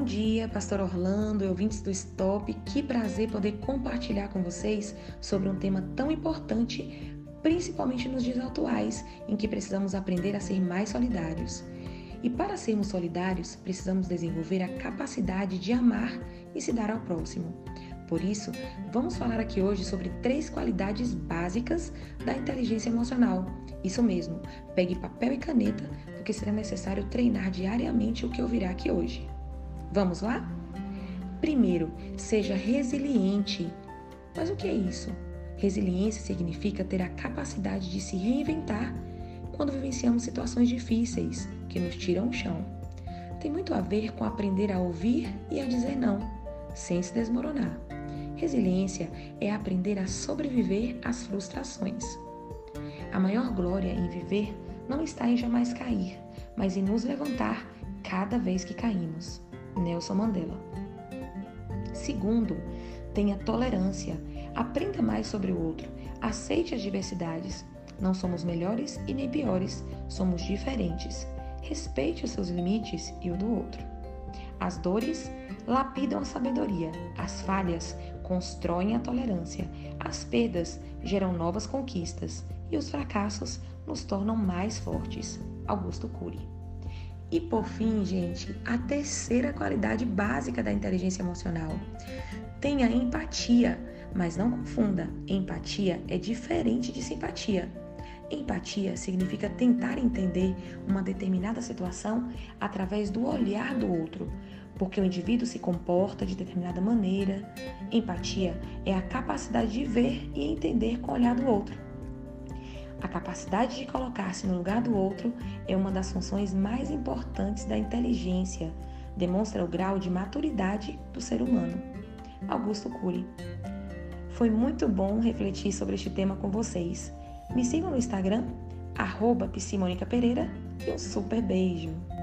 dia, Pastor Orlando e ouvintes do Stop. Que prazer poder compartilhar com vocês sobre um tema tão importante, principalmente nos dias atuais, em que precisamos aprender a ser mais solidários. E para sermos solidários, precisamos desenvolver a capacidade de amar e se dar ao próximo. Por isso, vamos falar aqui hoje sobre 3 qualidades básicas da inteligência emocional. Isso mesmo, pegue papel e caneta, porque será necessário treinar diariamente o que ouvirá aqui hoje. Vamos lá? Primeiro, seja resiliente. Mas o que é isso? Resiliência significa ter a capacidade de se reinventar quando vivenciamos situações difíceis que nos tiram o chão. Tem muito a ver com aprender a ouvir e a dizer não, sem se desmoronar. Resiliência é aprender a sobreviver às frustrações. A maior glória em viver não está em jamais cair, mas em nos levantar cada vez que caímos. Nelson Mandela. Segundo, tenha tolerância. Aprenda mais sobre o outro. Aceite as diversidades. Não somos melhores e nem piores, somos diferentes. Respeite os seus limites e o do outro. As dores lapidam a sabedoria. As falhas constroem a tolerância. As perdas geram novas conquistas. E os fracassos nos tornam mais fortes. Augusto Cury. E por fim, gente, a terceira qualidade básica da inteligência emocional. Tenha empatia, mas não confunda. Empatia é diferente de simpatia. Empatia significa tentar entender uma determinada situação através do olhar do outro, porque o indivíduo se comporta de determinada maneira. Empatia é a capacidade de ver e entender com o olhar do outro. A capacidade de colocar-se no lugar do outro é uma das funções mais importantes da inteligência. Demonstra o grau de maturidade do ser humano. Augusto Cury. Foi muito bom refletir sobre este tema com vocês. Me sigam no Instagram, @psimonica Pereira, e um super beijo!